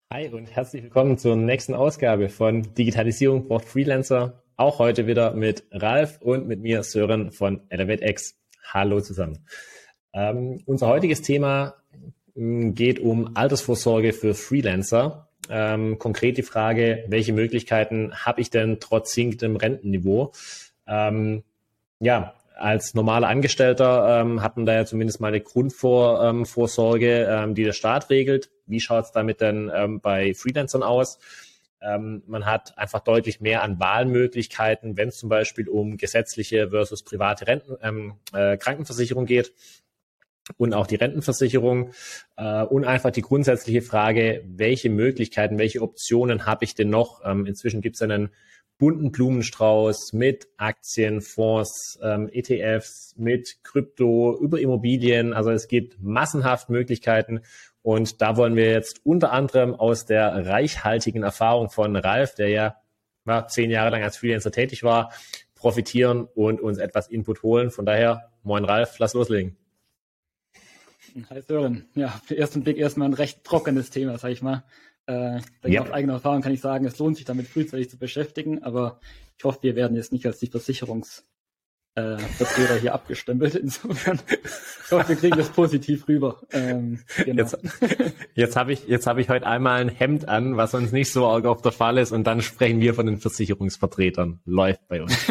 Hi und herzlich willkommen zur nächsten Ausgabe von Digitalisierung braucht Freelancer. Auch heute wieder mit Ralf und mit mir Sören von ElevateX. Hallo zusammen. Unser heutiges Thema geht um Altersvorsorge für Freelancer. Konkret die Frage, welche Möglichkeiten habe ich denn trotz sinkendem Rentenniveau? Als normaler Angestellter hat man da ja zumindest mal eine Grundvorsorge, die der Staat regelt. Wie schaut es damit denn bei Freelancern aus? Man hat einfach deutlich mehr an Wahlmöglichkeiten, wenn es zum Beispiel um gesetzliche versus private Krankenversicherung geht und auch die Rentenversicherung und einfach die grundsätzliche Frage, welche Möglichkeiten, welche Optionen habe ich denn noch? Inzwischen gibt es einen bunten Blumenstrauß mit Aktien, Fonds, ETFs, mit Krypto, über Immobilien. Also es gibt massenhaft Möglichkeiten. Und da wollen wir jetzt unter anderem aus der reichhaltigen Erfahrung von Ralf, der ja 10 Jahre lang als Freelancer tätig war, profitieren und uns etwas Input holen. Von daher, moin Ralf, lass loslegen. Hi Sören. Ja, auf den ersten Blick erstmal ein recht trockenes Thema, sag ich mal. Auf eigene Erfahrung kann ich sagen, es lohnt sich damit frühzeitig zu beschäftigen, aber ich hoffe, wir werden jetzt nicht als die Versicherungsvertreter hier abgestempelt. Insofern, ich hoffe, wir kriegen das positiv rüber. Genau. Jetzt habe ich heute einmal ein Hemd an, was sonst nicht so arg auf der Fall ist, und dann sprechen wir von den Versicherungsvertretern. Läuft bei uns.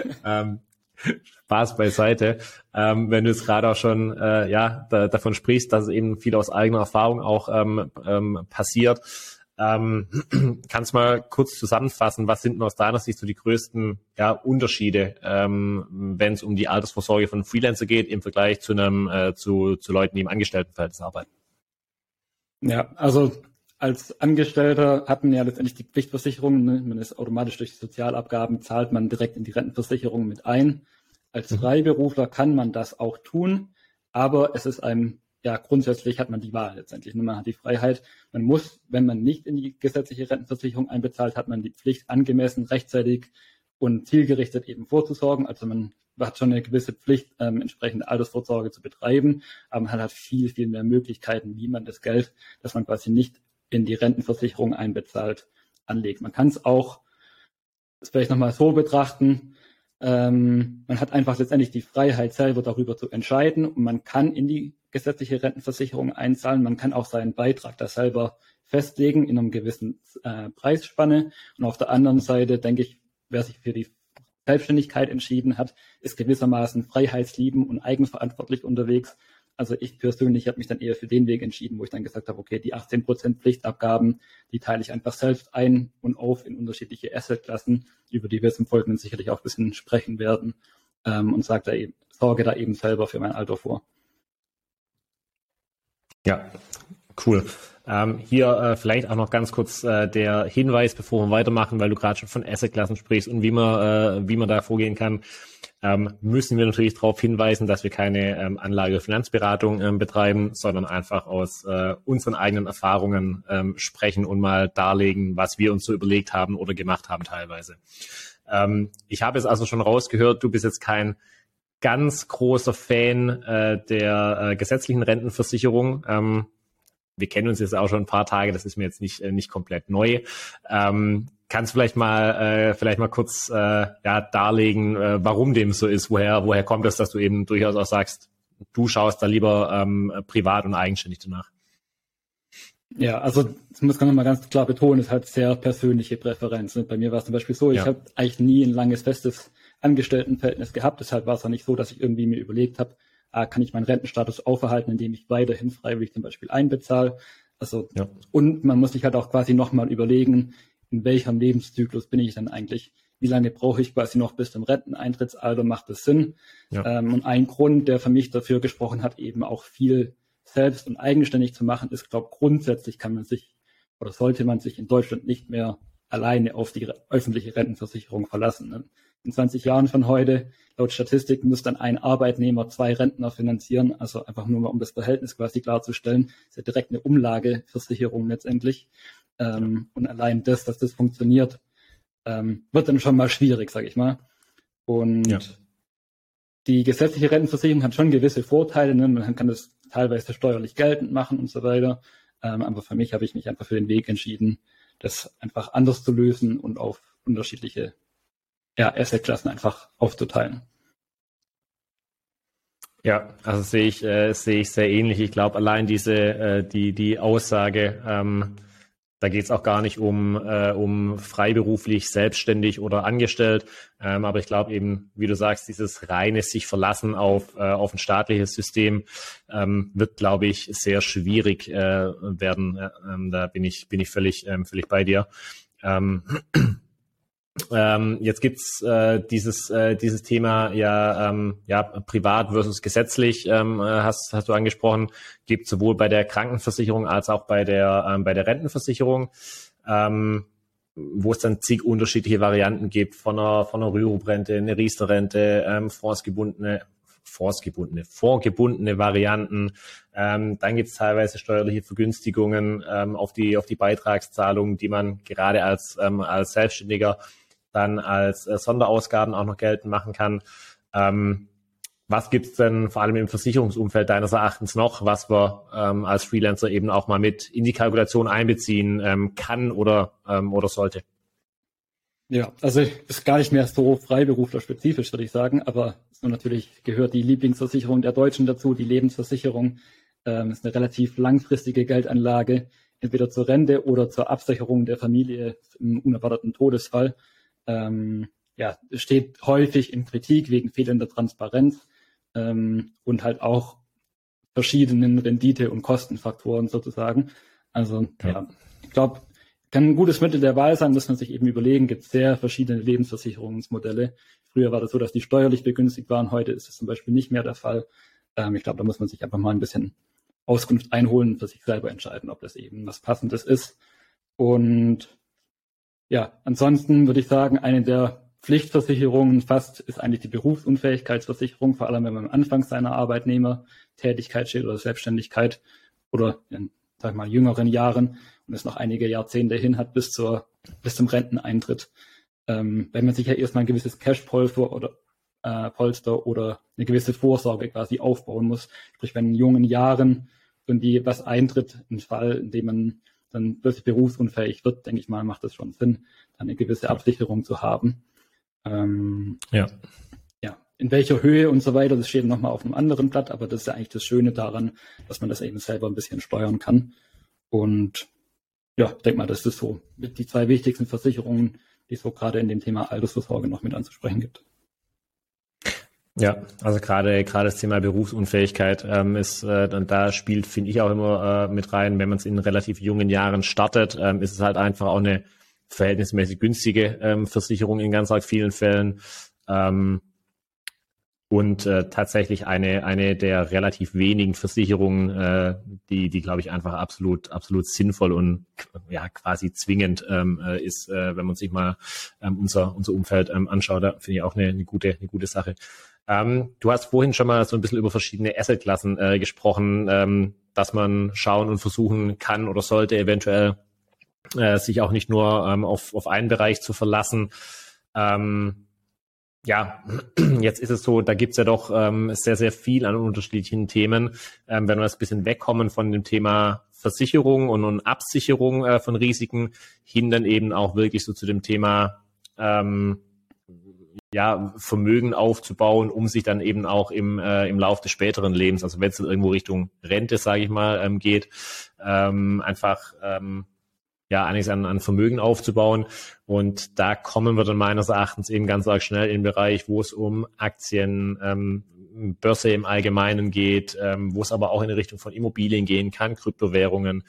Spaß beiseite. Wenn du jetzt gerade auch schon davon sprichst, dass es eben viel aus eigener Erfahrung auch passiert, kannst du mal kurz zusammenfassen, was sind denn aus deiner Sicht so die größten Unterschiede, wenn es um die Altersvorsorge von Freelancer geht im Vergleich zu Leuten, die im Angestelltenverhältnis arbeiten? Ja, also als Angestellter hat man ja letztendlich die Pflichtversicherung, ne? Man ist automatisch durch die Sozialabgaben, zahlt man direkt in die Rentenversicherung mit ein. Als Freiberufler kann man das auch tun, aber es ist grundsätzlich hat man die Wahl letztendlich. Man hat die Freiheit. Man muss, wenn man nicht in die gesetzliche Rentenversicherung einbezahlt, hat man die Pflicht, angemessen, rechtzeitig und zielgerichtet eben vorzusorgen. Also man hat schon eine gewisse Pflicht, entsprechende Altersvorsorge zu betreiben, aber man hat viel, viel mehr Möglichkeiten, wie man das Geld, das man quasi nicht in die Rentenversicherung einbezahlt, anlegt. Man kann es auch, das vielleicht nochmal so betrachten, man hat einfach letztendlich die Freiheit, selber darüber zu entscheiden, und man kann in die gesetzliche Rentenversicherung einzahlen. Man kann auch seinen Beitrag da selber festlegen in einem gewissen Preisspanne. Und auf der anderen Seite, denke ich, wer sich für die Selbstständigkeit entschieden hat, ist gewissermaßen freiheitsliebend und eigenverantwortlich unterwegs. Also ich persönlich habe mich dann eher für den Weg entschieden, wo ich dann gesagt habe, okay, die 18% Pflichtabgaben, die teile ich einfach selbst ein und auf in unterschiedliche Assetklassen, über die wir jetzt im Folgenden sicherlich auch ein bisschen sprechen werden, und sorge da eben selber für mein Alter vor. Ja, cool. Hier vielleicht auch noch ganz kurz der Hinweis, bevor wir weitermachen, weil du gerade schon von Assetklassen sprichst und wie man da vorgehen kann. Müssen wir natürlich darauf hinweisen, dass wir keine Anlage- oder Finanzberatung betreiben, sondern einfach aus unseren eigenen Erfahrungen sprechen und mal darlegen, was wir uns so überlegt haben oder gemacht haben teilweise. Ich habe es also schon rausgehört, du bist jetzt kein ganz großer Fan der gesetzlichen Rentenversicherung. Wir kennen uns jetzt auch schon ein paar Tage, das ist mir jetzt nicht komplett neu. Kannst du vielleicht mal kurz darlegen, warum dem so ist? Woher kommt es, dass du eben durchaus auch sagst, du schaust da lieber privat und eigenständig danach? Ja, also das muss man nochmal ganz klar betonen, ist halt sehr persönliche Präferenz. Bei mir war es zum Beispiel so, ich habe eigentlich nie ein langes, festes Angestelltenverhältnis gehabt. Deshalb war es auch nicht so, dass ich irgendwie mir überlegt habe, kann ich meinen Rentenstatus auferhalten, indem ich weiterhin freiwillig zum Beispiel einbezahle. Und man muss sich halt auch quasi nochmal überlegen, in welchem Lebenszyklus bin ich denn eigentlich? Wie lange brauche ich quasi noch bis zum Renteneintrittsalter? Macht das Sinn? Ja. Und ein Grund, der für mich dafür gesprochen hat, eben auch viel selbst und eigenständig zu machen, ist, glaube ich, grundsätzlich sollte man sich in Deutschland nicht mehr alleine auf die öffentliche Rentenversicherung verlassen. Ne? In 20 Jahren von heute, laut Statistik, muss dann ein Arbeitnehmer 2 Rentner finanzieren, also einfach nur mal, um das Verhältnis quasi klarzustellen. Das ist ja direkt eine Umlageversicherung letztendlich. Und allein dass das funktioniert, wird dann schon mal schwierig, sage ich mal. Und die gesetzliche Rentenversicherung hat schon gewisse Vorteile. Ne? Man kann das teilweise steuerlich geltend machen und so weiter. Aber für mich habe ich mich einfach für den Weg entschieden, das einfach anders zu lösen und auf unterschiedliche Assetklassen einfach aufzuteilen. Ja, also sehe ich sehr ähnlich. Ich glaube, allein die Aussage, da geht es auch gar nicht um freiberuflich, selbstständig oder angestellt. Aber ich glaube eben, wie du sagst, dieses reine sich verlassen auf ein staatliches System wird, glaube ich, sehr schwierig werden. Da bin ich völlig bei dir. Jetzt gibt's dieses Thema privat versus gesetzlich, hast du angesprochen, gibt sowohl bei der Krankenversicherung als auch bei der Rentenversicherung, wo es dann zig unterschiedliche Varianten gibt von einer Rürup-Rente, eine Riester-Rente, vorgebundene Varianten. Dann gibt es teilweise steuerliche Vergünstigungen auf die Beitragszahlungen, die man gerade als Selbstständiger dann als Sonderausgaben auch noch geltend machen kann. Was gibt's denn vor allem im Versicherungsumfeld deines Erachtens noch, was wir als Freelancer eben auch mal mit in die Kalkulation einbeziehen kann oder sollte? Ja, also ist gar nicht mehr so freiberuflerspezifisch, würde ich sagen, aber so natürlich gehört die Lieblingsversicherung der Deutschen dazu, die Lebensversicherung. Ist eine relativ langfristige Geldanlage, entweder zur Rente oder zur Absicherung der Familie im unerwarteten Todesfall. Steht häufig in Kritik wegen fehlender Transparenz und halt auch verschiedenen Rendite- und Kostenfaktoren sozusagen. Also ich glaube, kann ein gutes Mittel der Wahl sein, muss man sich eben überlegen, gibt es sehr verschiedene Lebensversicherungsmodelle. Früher war das so, dass die steuerlich begünstigt waren, heute ist es zum Beispiel nicht mehr der Fall. Ich glaube, da muss man sich einfach mal ein bisschen Auskunft einholen und für sich selber entscheiden, ob das eben was Passendes ist. Und ja, ansonsten würde ich sagen, eine der Pflichtversicherungen fast ist eigentlich die Berufsunfähigkeitsversicherung, vor allem wenn man am Anfang seiner Arbeitnehmertätigkeit steht oder Selbstständigkeit oder in, sag ich mal, jüngeren Jahren und es noch einige Jahrzehnte hin hat bis zum Renteneintritt. Wenn man sich ja erstmal ein gewisses Cashpolster oder eine gewisse Vorsorge quasi aufbauen muss. Sprich, wenn in jungen Jahren irgendwie was eintritt, ein Fall, in dem man dann plötzlich berufsunfähig wird, denke ich mal, macht es schon Sinn, dann eine gewisse Absicherung zu haben. In welcher Höhe und so weiter, das steht nochmal auf einem anderen Blatt, aber das ist ja eigentlich das Schöne daran, dass man das eben selber ein bisschen steuern kann. Und ja, ich denke mal, das ist so mit die zwei wichtigsten Versicherungen, die es so gerade in dem Thema Altersvorsorge noch mit anzusprechen gibt. Ja, also gerade das Thema Berufsunfähigkeit ist da spielt, finde ich, auch immer mit rein, wenn man es in relativ jungen Jahren startet, ist es halt einfach auch eine verhältnismäßig günstige Versicherung in ganz vielen Fällen und tatsächlich eine der relativ wenigen Versicherungen, die glaube ich einfach absolut sinnvoll und quasi zwingend ist, wenn man sich mal unser Umfeld anschaut. Da finde ich auch eine gute Sache. Du hast vorhin schon mal so ein bisschen über verschiedene Assetklassen gesprochen, dass man schauen und versuchen kann oder sollte eventuell sich auch nicht nur auf einen Bereich zu verlassen. Jetzt ist es so, da gibt's ja doch sehr, sehr viel an unterschiedlichen Themen. Wenn wir jetzt ein bisschen wegkommen von dem Thema Versicherung und Absicherung von Risiken hin dann eben auch wirklich so zu dem Thema Vermögen aufzubauen, um sich dann eben auch im Lauf des späteren Lebens, also wenn es dann irgendwo Richtung Rente, sage ich mal, geht, einiges an Vermögen aufzubauen. Und da kommen wir dann meines Erachtens eben ganz arg schnell in den Bereich, wo es um Aktien, Börse im Allgemeinen geht, wo es aber auch in die Richtung von Immobilien gehen kann, Kryptowährungen.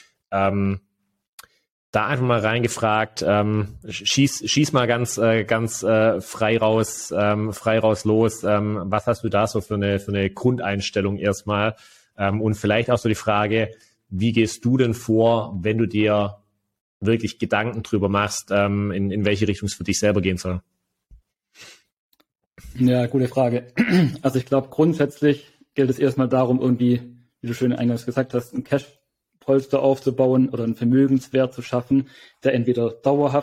Da einfach mal reingefragt, schieß mal ganz frei raus los. Was hast du da so für eine Grundeinstellung erstmal? Und vielleicht auch so die Frage, wie gehst du denn vor, wenn du dir wirklich Gedanken drüber machst, in welche Richtung es für dich selber gehen soll? Ja, gute Frage. Also ich glaube, grundsätzlich gilt es erstmal darum, irgendwie, wie du schön eingangs gesagt hast, ein Cashpolster aufzubauen oder einen Vermögenswert zu schaffen, der entweder dauerhaft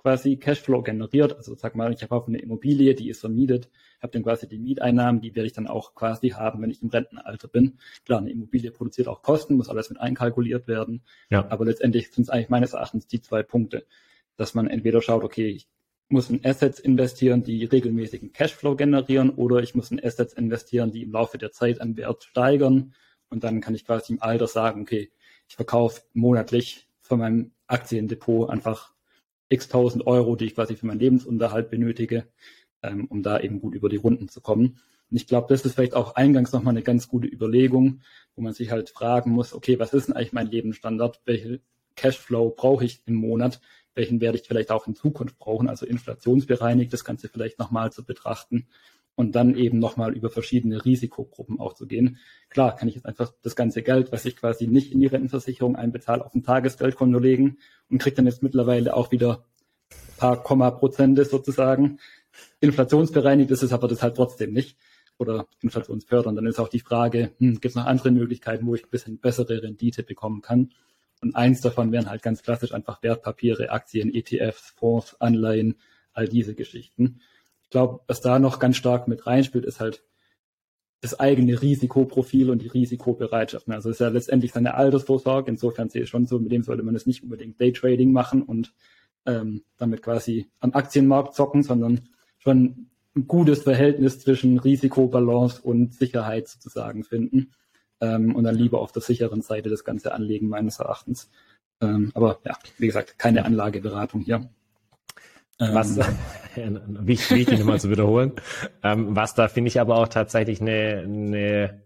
quasi Cashflow generiert. Also sag mal, ich habe auf eine Immobilie, die ist vermietet, habe dann quasi die Mieteinnahmen, die werde ich dann auch quasi haben, wenn ich im Rentenalter bin. Klar, eine Immobilie produziert auch Kosten, muss alles mit einkalkuliert werden. Ja. Aber letztendlich sind es eigentlich meines Erachtens die 2 Punkte, dass man entweder schaut, okay, ich muss in Assets investieren, die regelmäßigen Cashflow generieren, oder ich muss in Assets investieren, die im Laufe der Zeit an Wert steigern. Und dann kann ich quasi im Alter sagen, okay, ich verkaufe monatlich von meinem Aktiendepot einfach x tausend Euro, die ich quasi für meinen Lebensunterhalt benötige, um da eben gut über die Runden zu kommen. Und ich glaube, das ist vielleicht auch eingangs nochmal eine ganz gute Überlegung, wo man sich halt fragen muss, okay, was ist denn eigentlich mein Lebensstandard? Welche Cashflow brauche ich im Monat? Welchen werde ich vielleicht auch in Zukunft brauchen? Also inflationsbereinigt, das Ganze vielleicht nochmal zu betrachten und dann eben nochmal über verschiedene Risikogruppen auch zu gehen. Klar, kann ich jetzt einfach das ganze Geld, was ich quasi nicht in die Rentenversicherung einbezahle, auf ein Tagesgeldkonto legen und kriege dann jetzt mittlerweile auch wieder ein paar Komma-Prozente sozusagen. Inflationsbereinigt ist es aber das halt trotzdem nicht oder inflationsfördernd. Dann ist auch die Frage, gibt es noch andere Möglichkeiten, wo ich ein bisschen bessere Rendite bekommen kann? Und eins davon wären halt ganz klassisch einfach Wertpapiere, Aktien, ETFs, Fonds, Anleihen, all diese Geschichten. Ich glaube, was da noch ganz stark mit reinspielt, ist halt das eigene Risikoprofil und die Risikobereitschaft. Also es ist ja letztendlich seine Altersvorsorge. Insofern sehe ich schon so, mit dem sollte man es nicht unbedingt Daytrading machen und damit quasi am Aktienmarkt zocken, sondern schon ein gutes Verhältnis zwischen Risikobalance und Sicherheit sozusagen finden. Und dann lieber auf der sicheren Seite das Ganze anlegen, meines Erachtens. Aber ja, wie gesagt, keine Anlageberatung hier. Was wichtig nochmal zu wiederholen, was da finde ich aber auch tatsächlich eine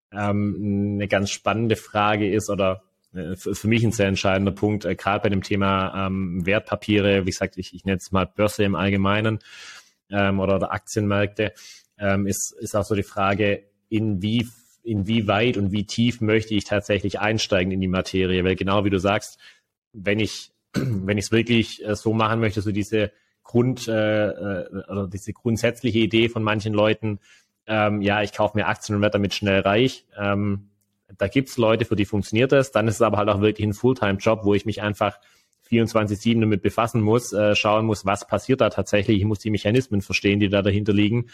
ganz spannende Frage ist oder für mich ein sehr entscheidender Punkt, gerade bei dem Thema Wertpapiere, wie gesagt, ich nenne es mal Börse im Allgemeinen oder Aktienmärkte, ist auch so die Frage, inwieweit und wie tief möchte ich tatsächlich einsteigen in die Materie, weil genau wie du sagst, wenn ich es wirklich so machen möchte, so diese oder diese grundsätzliche Idee von manchen Leuten, ich kaufe mir Aktien und werde damit schnell reich. Da gibt's Leute, für die funktioniert das. Dann ist es aber halt auch wirklich ein Fulltime-Job, wo ich mich einfach 24/7 damit befassen muss, schauen muss, was passiert da tatsächlich. Ich muss die Mechanismen verstehen, die da dahinter liegen.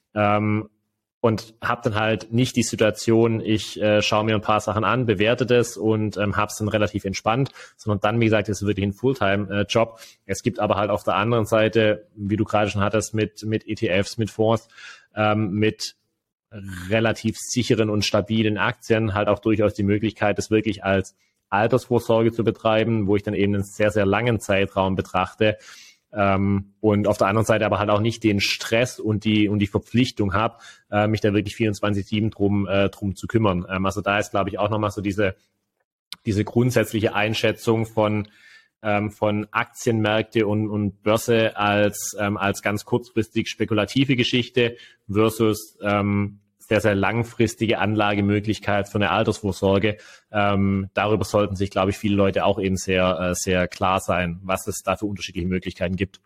Und habe dann halt nicht die Situation, ich schaue mir ein paar Sachen an, bewerte das und habe es dann relativ entspannt, sondern dann, wie gesagt, ist es wirklich ein Fulltime-Job. Es gibt aber halt auf der anderen Seite, wie du gerade schon hattest, mit ETFs, mit Fonds, mit relativ sicheren und stabilen Aktien halt auch durchaus die Möglichkeit, das wirklich als Altersvorsorge zu betreiben, wo ich dann eben einen sehr, sehr langen Zeitraum betrachte. Und auf der anderen Seite aber halt auch nicht den Stress und die Verpflichtung habe, mich da wirklich 24/7 drum zu kümmern. Also da ist, glaube ich, auch nochmal so diese grundsätzliche Einschätzung von Aktienmärkte und Börse als ganz kurzfristig spekulative Geschichte versus sehr, sehr langfristige Anlagemöglichkeit für eine Altersvorsorge. Darüber sollten sich, glaube ich, viele Leute auch eben sehr, sehr klar sein, was es da für unterschiedliche Möglichkeiten gibt.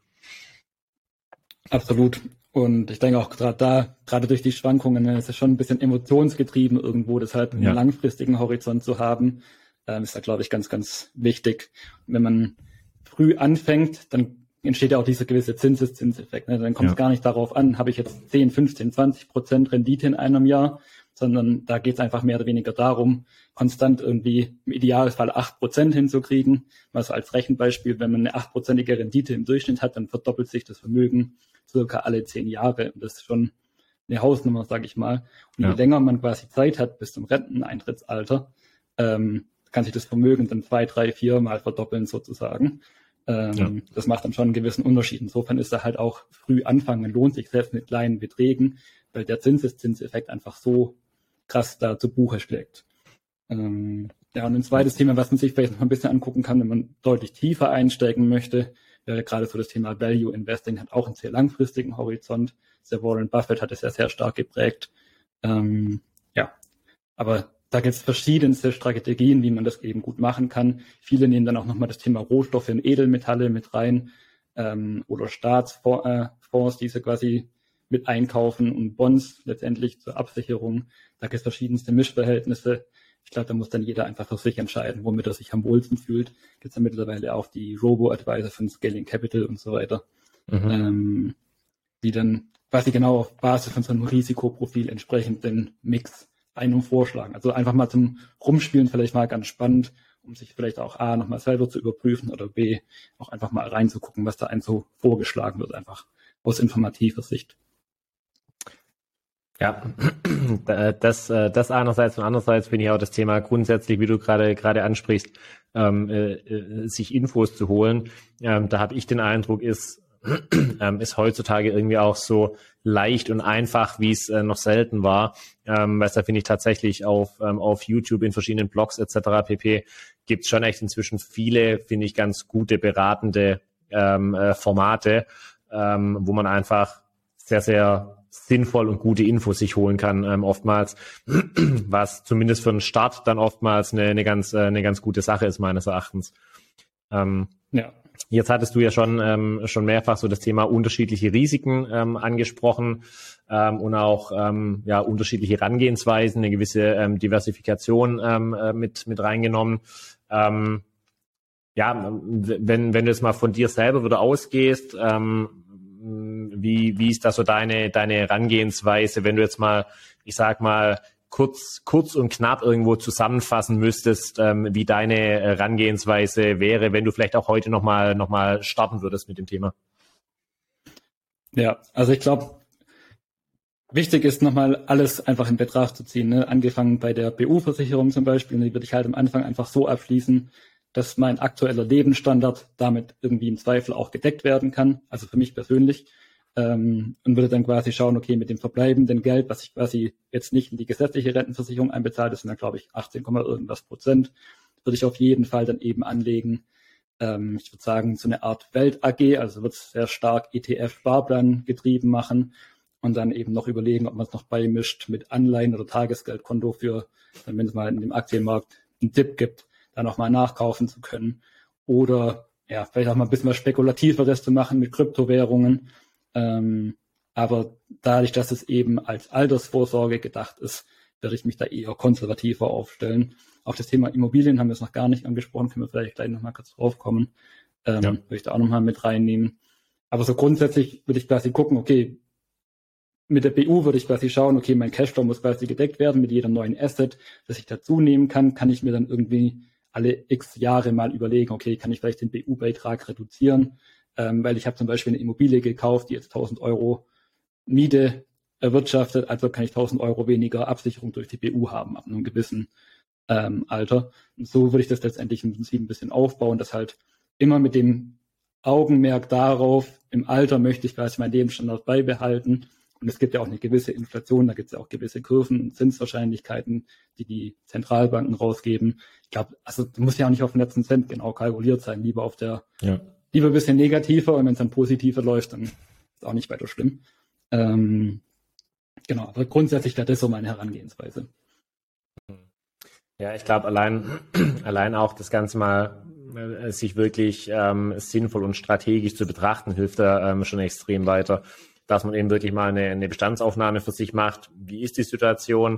Absolut. Und ich denke auch gerade durch die Schwankungen, ist es schon ein bisschen emotionsgetrieben irgendwo, deshalb einen langfristigen Horizont zu haben, ist da, glaube ich, ganz, ganz wichtig. Wenn man früh anfängt, dann entsteht ja auch dieser gewisse Zinseszinseffekt. Ne? Dann kommt es gar nicht darauf an, habe ich jetzt 10, 15, 20% Rendite in einem Jahr, sondern da geht es einfach mehr oder weniger darum, konstant irgendwie im Idealfall 8% hinzukriegen. Also als Rechenbeispiel, wenn man eine 8%ige Rendite im Durchschnitt hat, dann verdoppelt sich das Vermögen circa alle 10 Jahre. Und das ist schon eine Hausnummer, sage ich mal. Und je länger man quasi Zeit hat bis zum Renteneintrittsalter, kann sich das Vermögen dann 2, 3, 4 Mal verdoppeln sozusagen. Das macht dann schon einen gewissen Unterschied. Insofern ist da halt auch früh anfangen, lohnt sich selbst mit kleinen Beträgen, weil der Zinseszinseffekt einfach so krass da zu Buche schlägt. Und ein zweites Thema, was man sich vielleicht noch ein bisschen angucken kann, wenn man deutlich tiefer einsteigen möchte, wäre gerade so das Thema Value Investing, hat auch einen sehr langfristigen Horizont. Der Warren Buffett hat es ja sehr stark geprägt. Aber da gibt es verschiedenste Strategien, wie man das eben gut machen kann. Viele nehmen dann auch nochmal das Thema Rohstoffe und Edelmetalle mit rein oder Staatsfonds, die sie quasi mit einkaufen und Bonds letztendlich zur Absicherung. Da gibt es verschiedenste Mischverhältnisse. Ich glaube, da muss dann jeder einfach für sich entscheiden, womit er sich am wohlsten fühlt. Gibt es ja mittlerweile auch die Robo-Advisor von Scaling Capital und so weiter, die dann quasi genau auf Basis von so einem Risikoprofil entsprechend den Mix einem vorschlagen. Also einfach mal zum Rumspielen vielleicht mal ganz spannend, um sich vielleicht auch A, nochmal selber zu überprüfen oder B, auch einfach mal reinzugucken, was da einem so vorgeschlagen wird, einfach aus informativer Sicht. Ja, das einerseits und andererseits finde ich auch das Thema grundsätzlich, wie du gerade ansprichst, sich Infos zu holen. Da habe ich den Eindruck, ist heutzutage irgendwie auch so leicht und einfach, wie es noch selten war. Weil da finde ich tatsächlich auf YouTube in verschiedenen Blogs etc. pp. Gibt es schon echt inzwischen viele, finde ich, ganz gute beratende Formate, wo man einfach sehr, sehr sinnvoll und gute Infos sich holen kann, oftmals, was zumindest für einen Start dann oftmals eine ganz gute Sache ist, meines Erachtens. Ja. Jetzt hattest du ja schon mehrfach so das Thema unterschiedliche Risiken angesprochen und auch unterschiedliche Herangehensweisen, eine gewisse Diversifikation mit reingenommen. Wenn du jetzt mal von dir selber wieder ausgehst, wie ist da so deine Herangehensweise, wenn du jetzt mal, ich sag mal, kurz und knapp irgendwo zusammenfassen müsstest, wie deine Herangehensweise wäre, wenn du vielleicht auch heute noch mal starten würdest mit dem Thema? Ja, also ich glaube, wichtig ist nochmal alles einfach in Betracht zu ziehen. Ne? Angefangen bei der BU-Versicherung zum Beispiel, die würde ich halt am Anfang einfach so abschließen, dass mein aktueller Lebensstandard damit irgendwie im Zweifel auch gedeckt werden kann, also für mich persönlich. Und würde dann quasi schauen, okay, mit dem verbleibenden Geld, was ich quasi jetzt nicht in die gesetzliche Rentenversicherung einbezahle, das sind dann, glaube ich, 18, irgendwas Prozent, würde ich auf jeden Fall dann eben anlegen. Ich würde sagen, so eine Art Welt-AG, also wird es sehr stark ETF-Sparplan getrieben machen und dann eben noch überlegen, ob man es noch beimischt mit Anleihen oder Tagesgeldkonto für, wenn es mal in dem Aktienmarkt einen Dip gibt, da nochmal nachkaufen zu können. Oder ja, vielleicht auch mal ein bisschen was Spekulativeres zu machen mit Kryptowährungen. Aber dadurch, dass es eben als Altersvorsorge gedacht ist, werde ich mich da eher konservativer aufstellen. Auf das Thema Immobilien haben wir es noch gar nicht angesprochen, können wir vielleicht gleich nochmal kurz drauf kommen. Würde ich da auch nochmal mit reinnehmen. Aber so grundsätzlich würde ich quasi gucken, okay, mit der BU würde ich quasi schauen, okay, mein Cashflow muss quasi gedeckt werden mit jedem neuen Asset, das ich dazu nehmen kann ich mir dann irgendwie alle x Jahre mal überlegen, okay, kann ich vielleicht den BU-Beitrag reduzieren? Weil ich habe zum Beispiel eine Immobilie gekauft, die jetzt 1.000 Euro Miete erwirtschaftet, also kann ich 1.000 Euro weniger Absicherung durch die BU haben ab einem gewissen Alter. Und so würde ich das letztendlich im Prinzip ein bisschen aufbauen, dass halt immer mit dem Augenmerk darauf, im Alter möchte ich quasi meinen Lebensstandard beibehalten. Und es gibt ja auch eine gewisse Inflation, da gibt es ja auch gewisse Kurven und Zinswahrscheinlichkeiten, die Zentralbanken rausgeben. Ich glaube, also muss ja auch nicht auf den letzten Cent genau kalkuliert sein, lieber ein bisschen negativer, und wenn es dann positiver läuft, dann ist es auch nicht weiter schlimm. Genau, aber grundsätzlich wäre das so meine Herangehensweise. Ja, ich glaube, allein auch das Ganze mal sich wirklich sinnvoll und strategisch zu betrachten, hilft da schon extrem weiter, dass man eben wirklich mal eine Bestandsaufnahme für sich macht. Wie ist die Situation?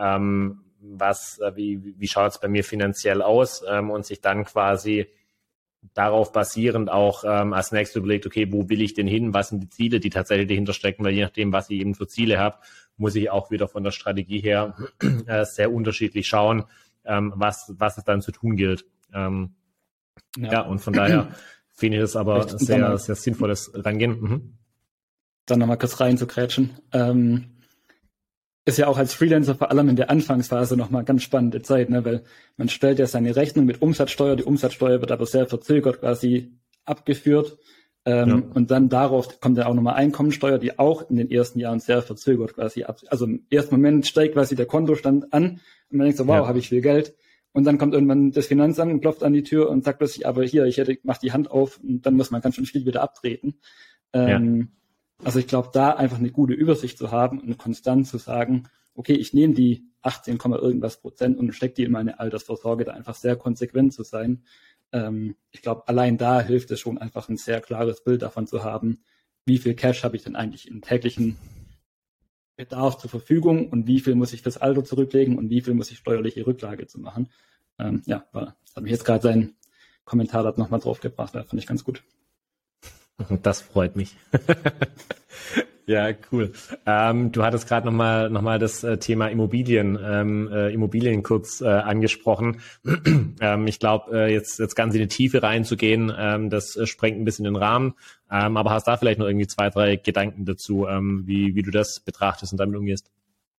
Wie schaut es bei mir finanziell aus? Und sich dann quasi darauf basierend auch als nächstes überlegt, okay, wo will ich denn hin? Was sind die Ziele, die tatsächlich dahinter stecken? Weil je nachdem, was ich eben für Ziele habe, muss ich auch wieder von der Strategie her sehr unterschiedlich schauen, was es dann zu tun gilt. Ja, und von daher finde ich das aber sehr, sehr sinnvolles Rangehen. Dann nochmal kurz reinzukrätschen. Ist ja auch als Freelancer vor allem in der Anfangsphase nochmal ganz spannende Zeit, ne? Weil man stellt ja seine Rechnung mit Umsatzsteuer, die Umsatzsteuer wird aber sehr verzögert quasi abgeführt. Und dann darauf kommt dann auch nochmal Einkommensteuer, die auch in den ersten Jahren sehr verzögert quasi ab. Also im ersten Moment steigt quasi der Kontostand an und man denkt so, wow, habe ich viel Geld. Und dann kommt irgendwann das Finanzamt und klopft an die Tür und sagt plötzlich, aber hier, mach die Hand auf, und dann muss man ganz schön viel wieder abtreten. Also ich glaube, da einfach eine gute Übersicht zu haben und konstant zu sagen, okay, ich nehme die 18, irgendwas Prozent und stecke die in meine Altersvorsorge, da einfach sehr konsequent zu sein. Ich glaube, allein da hilft es schon einfach, ein sehr klares Bild davon zu haben, wie viel Cash habe ich denn eigentlich im täglichen Bedarf zur Verfügung und wie viel muss ich fürs Alter zurücklegen und wie viel muss ich steuerliche Rücklage zu machen. Das hat mich jetzt gerade sein Kommentar da nochmal drauf gebracht, das fand ich ganz gut. Das freut mich. Ja, cool. Du hattest gerade noch mal das Thema Immobilien kurz angesprochen. Ich glaube, jetzt ganz in die Tiefe reinzugehen, das sprengt ein bisschen den Rahmen. Aber hast da vielleicht noch irgendwie 2, 3 Gedanken dazu, wie du das betrachtest und damit umgehst?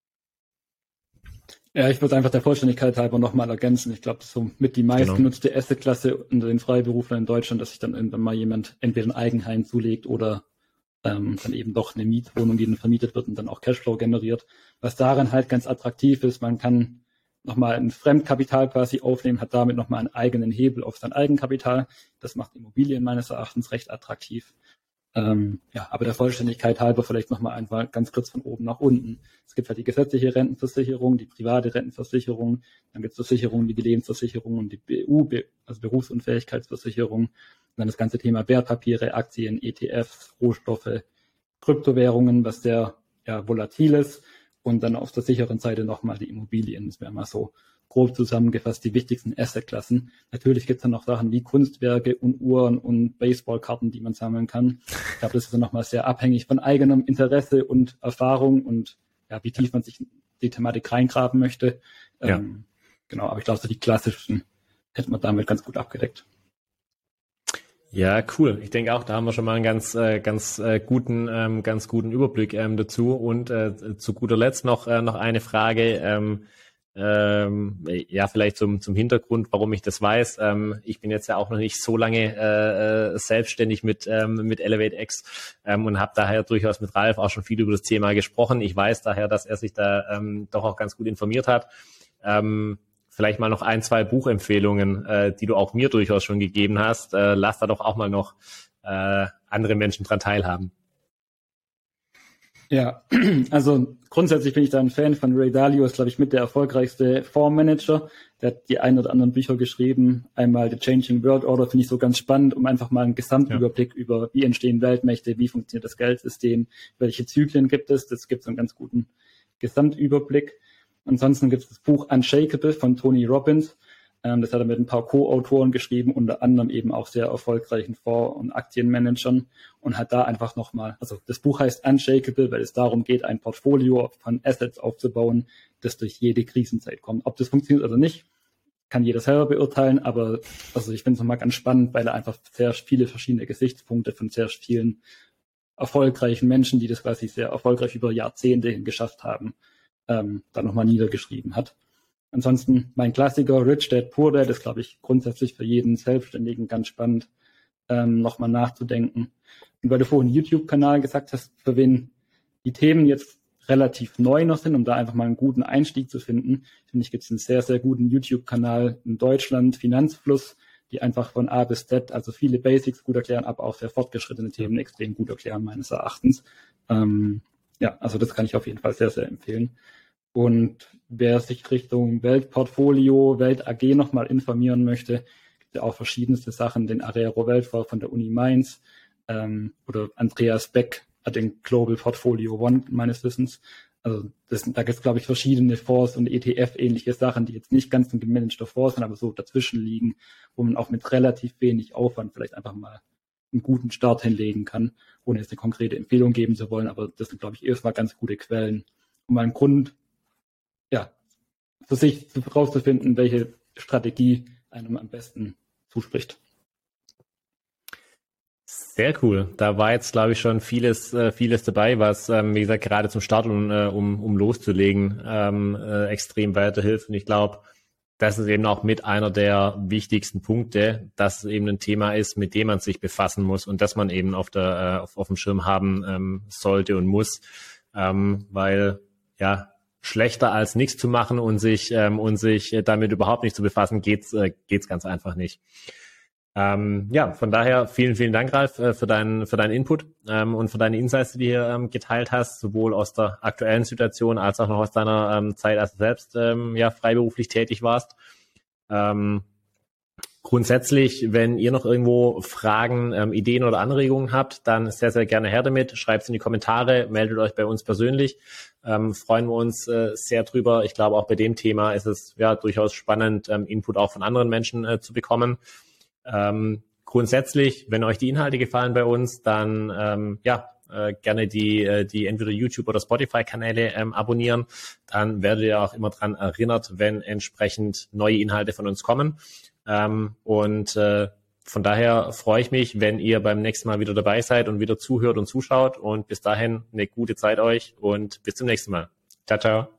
Ja, ich würde einfach der Vollständigkeit halber nochmal ergänzen. Ich glaube, das ist so mit die meistgenutzte Assetklasse unter den Freiberuflern in Deutschland, dass sich dann irgendwann mal jemand entweder ein Eigenheim zulegt oder dann eben doch eine Mietwohnung, die dann vermietet wird und dann auch Cashflow generiert. Was daran halt ganz attraktiv ist, man kann nochmal ein Fremdkapital quasi aufnehmen, hat damit nochmal einen eigenen Hebel auf sein Eigenkapital. Das macht Immobilien meines Erachtens recht attraktiv. Aber der Vollständigkeit halber vielleicht nochmal einfach ganz kurz von oben nach unten. Es gibt halt die gesetzliche Rentenversicherung, die private Rentenversicherung, dann gibt es Versicherungen wie die Lebensversicherung und die BU, also Berufsunfähigkeitsversicherung, und dann das ganze Thema Wertpapiere, Aktien, ETFs, Rohstoffe, Kryptowährungen, was sehr volatil ist, und dann auf der sicheren Seite nochmal die Immobilien. Das wäre mal so grob zusammengefasst die wichtigsten Assetklassen. Natürlich gibt es dann noch Sachen wie Kunstwerke und Uhren und Baseballkarten, die man sammeln kann. Ich glaube, das ist dann nochmal sehr abhängig von eigenem Interesse und Erfahrung und wie tief man sich in die Thematik reingraben möchte. Aber ich glaube, so die klassischen hätte man damit ganz gut abgedeckt. Ja, cool. Ich denke auch, da haben wir schon mal einen ganz guten Überblick dazu. Und zu guter Letzt noch eine Frage. Vielleicht zum Hintergrund, warum ich das weiß. Ich bin jetzt ja auch noch nicht so lange selbstständig mit ElevateX und habe daher durchaus mit Ralf auch schon viel über das Thema gesprochen. Ich weiß daher, dass er sich da doch auch ganz gut informiert hat. Vielleicht mal noch 1, 2 Buchempfehlungen, die du auch mir durchaus schon gegeben hast. Lass da doch auch mal noch andere Menschen dran teilhaben. Ja, also grundsätzlich bin ich da ein Fan von Ray Dalio, ist, glaube ich, mit der erfolgreichste Fondsmanager. Der hat die ein oder anderen Bücher geschrieben. Einmal The Changing World Order finde ich so ganz spannend, um einfach mal einen Gesamtüberblick über, wie entstehen Weltmächte, wie funktioniert das Geldsystem, welche Zyklen gibt es. Das gibt so einen ganz guten Gesamtüberblick. Ansonsten gibt es das Buch Unshakable von Tony Robbins. Das hat er mit ein paar Co-Autoren geschrieben, unter anderem eben auch sehr erfolgreichen Fonds- und Aktienmanagern, und hat da einfach nochmal, also das Buch heißt Unshakable, weil es darum geht, ein Portfolio von Assets aufzubauen, das durch jede Krisenzeit kommt. Ob das funktioniert oder nicht, kann jeder selber beurteilen, aber also ich finde es nochmal ganz spannend, weil er einfach sehr viele verschiedene Gesichtspunkte von sehr vielen erfolgreichen Menschen, die das quasi sehr erfolgreich über Jahrzehnte hin geschafft haben, da nochmal niedergeschrieben hat. Ansonsten mein Klassiker Rich Dad Poor Dad ist, glaube ich, grundsätzlich für jeden Selbstständigen ganz spannend, nochmal nachzudenken. Und weil du vorhin YouTube-Kanal gesagt hast, für wen die Themen jetzt relativ neu noch sind, um da einfach mal einen guten Einstieg zu finden, finde ich, gibt es einen sehr, sehr guten YouTube-Kanal in Deutschland, Finanzfluss, die einfach von A bis Z, also viele Basics gut erklären, aber auch sehr fortgeschrittene Themen extrem gut erklären, meines Erachtens. Also das kann ich auf jeden Fall sehr, sehr empfehlen. Und wer sich Richtung Weltportfolio, Welt AG nochmal informieren möchte, gibt ja auch verschiedenste Sachen, den Arero Weltfonds von der Uni Mainz oder Andreas Beck hat den Global Portfolio One meines Wissens. Also da gibt es, glaube ich, verschiedene Fonds und ETF-ähnliche Sachen, die jetzt nicht ganz ein gemanagter Fonds sind, aber so dazwischen liegen, wo man auch mit relativ wenig Aufwand vielleicht einfach mal einen guten Start hinlegen kann, ohne jetzt eine konkrete Empfehlung geben zu wollen. Aber das sind, glaube ich, erstmal ganz gute Quellen, um einen Grund für sich herauszufinden, welche Strategie einem am besten zuspricht. Sehr cool. Da war jetzt, glaube ich, schon vieles dabei, was, wie gesagt, gerade zum Start und um loszulegen, extrem weiterhilft. Und ich glaube, das ist eben auch mit einer der wichtigsten Punkte, dass es eben ein Thema ist, mit dem man sich befassen muss und das man eben auf dem Schirm haben sollte und muss, weil schlechter als nichts zu machen und sich damit überhaupt nicht zu befassen, geht's ganz einfach nicht. Von daher vielen, vielen Dank, Ralf, für deinen Input und für deine Insights, die du hier geteilt hast, sowohl aus der aktuellen Situation als auch noch aus deiner Zeit, als du selbst freiberuflich tätig warst. Grundsätzlich, wenn ihr noch irgendwo Fragen, Ideen oder Anregungen habt, dann sehr, sehr gerne her damit. Schreibt es in die Kommentare, meldet euch bei uns persönlich. Freuen wir uns sehr drüber. Ich glaube, auch bei dem Thema ist es ja durchaus spannend, Input auch von anderen Menschen zu bekommen. Grundsätzlich, wenn euch die Inhalte gefallen bei uns, dann gerne die entweder YouTube- oder Spotify-Kanäle abonnieren. Dann werdet ihr auch immer dran erinnert, wenn entsprechend neue Inhalte von uns kommen. Von daher freue ich mich, wenn ihr beim nächsten Mal wieder dabei seid und wieder zuhört und zuschaut. Und bis dahin eine gute Zeit euch und bis zum nächsten Mal. Ciao, ciao.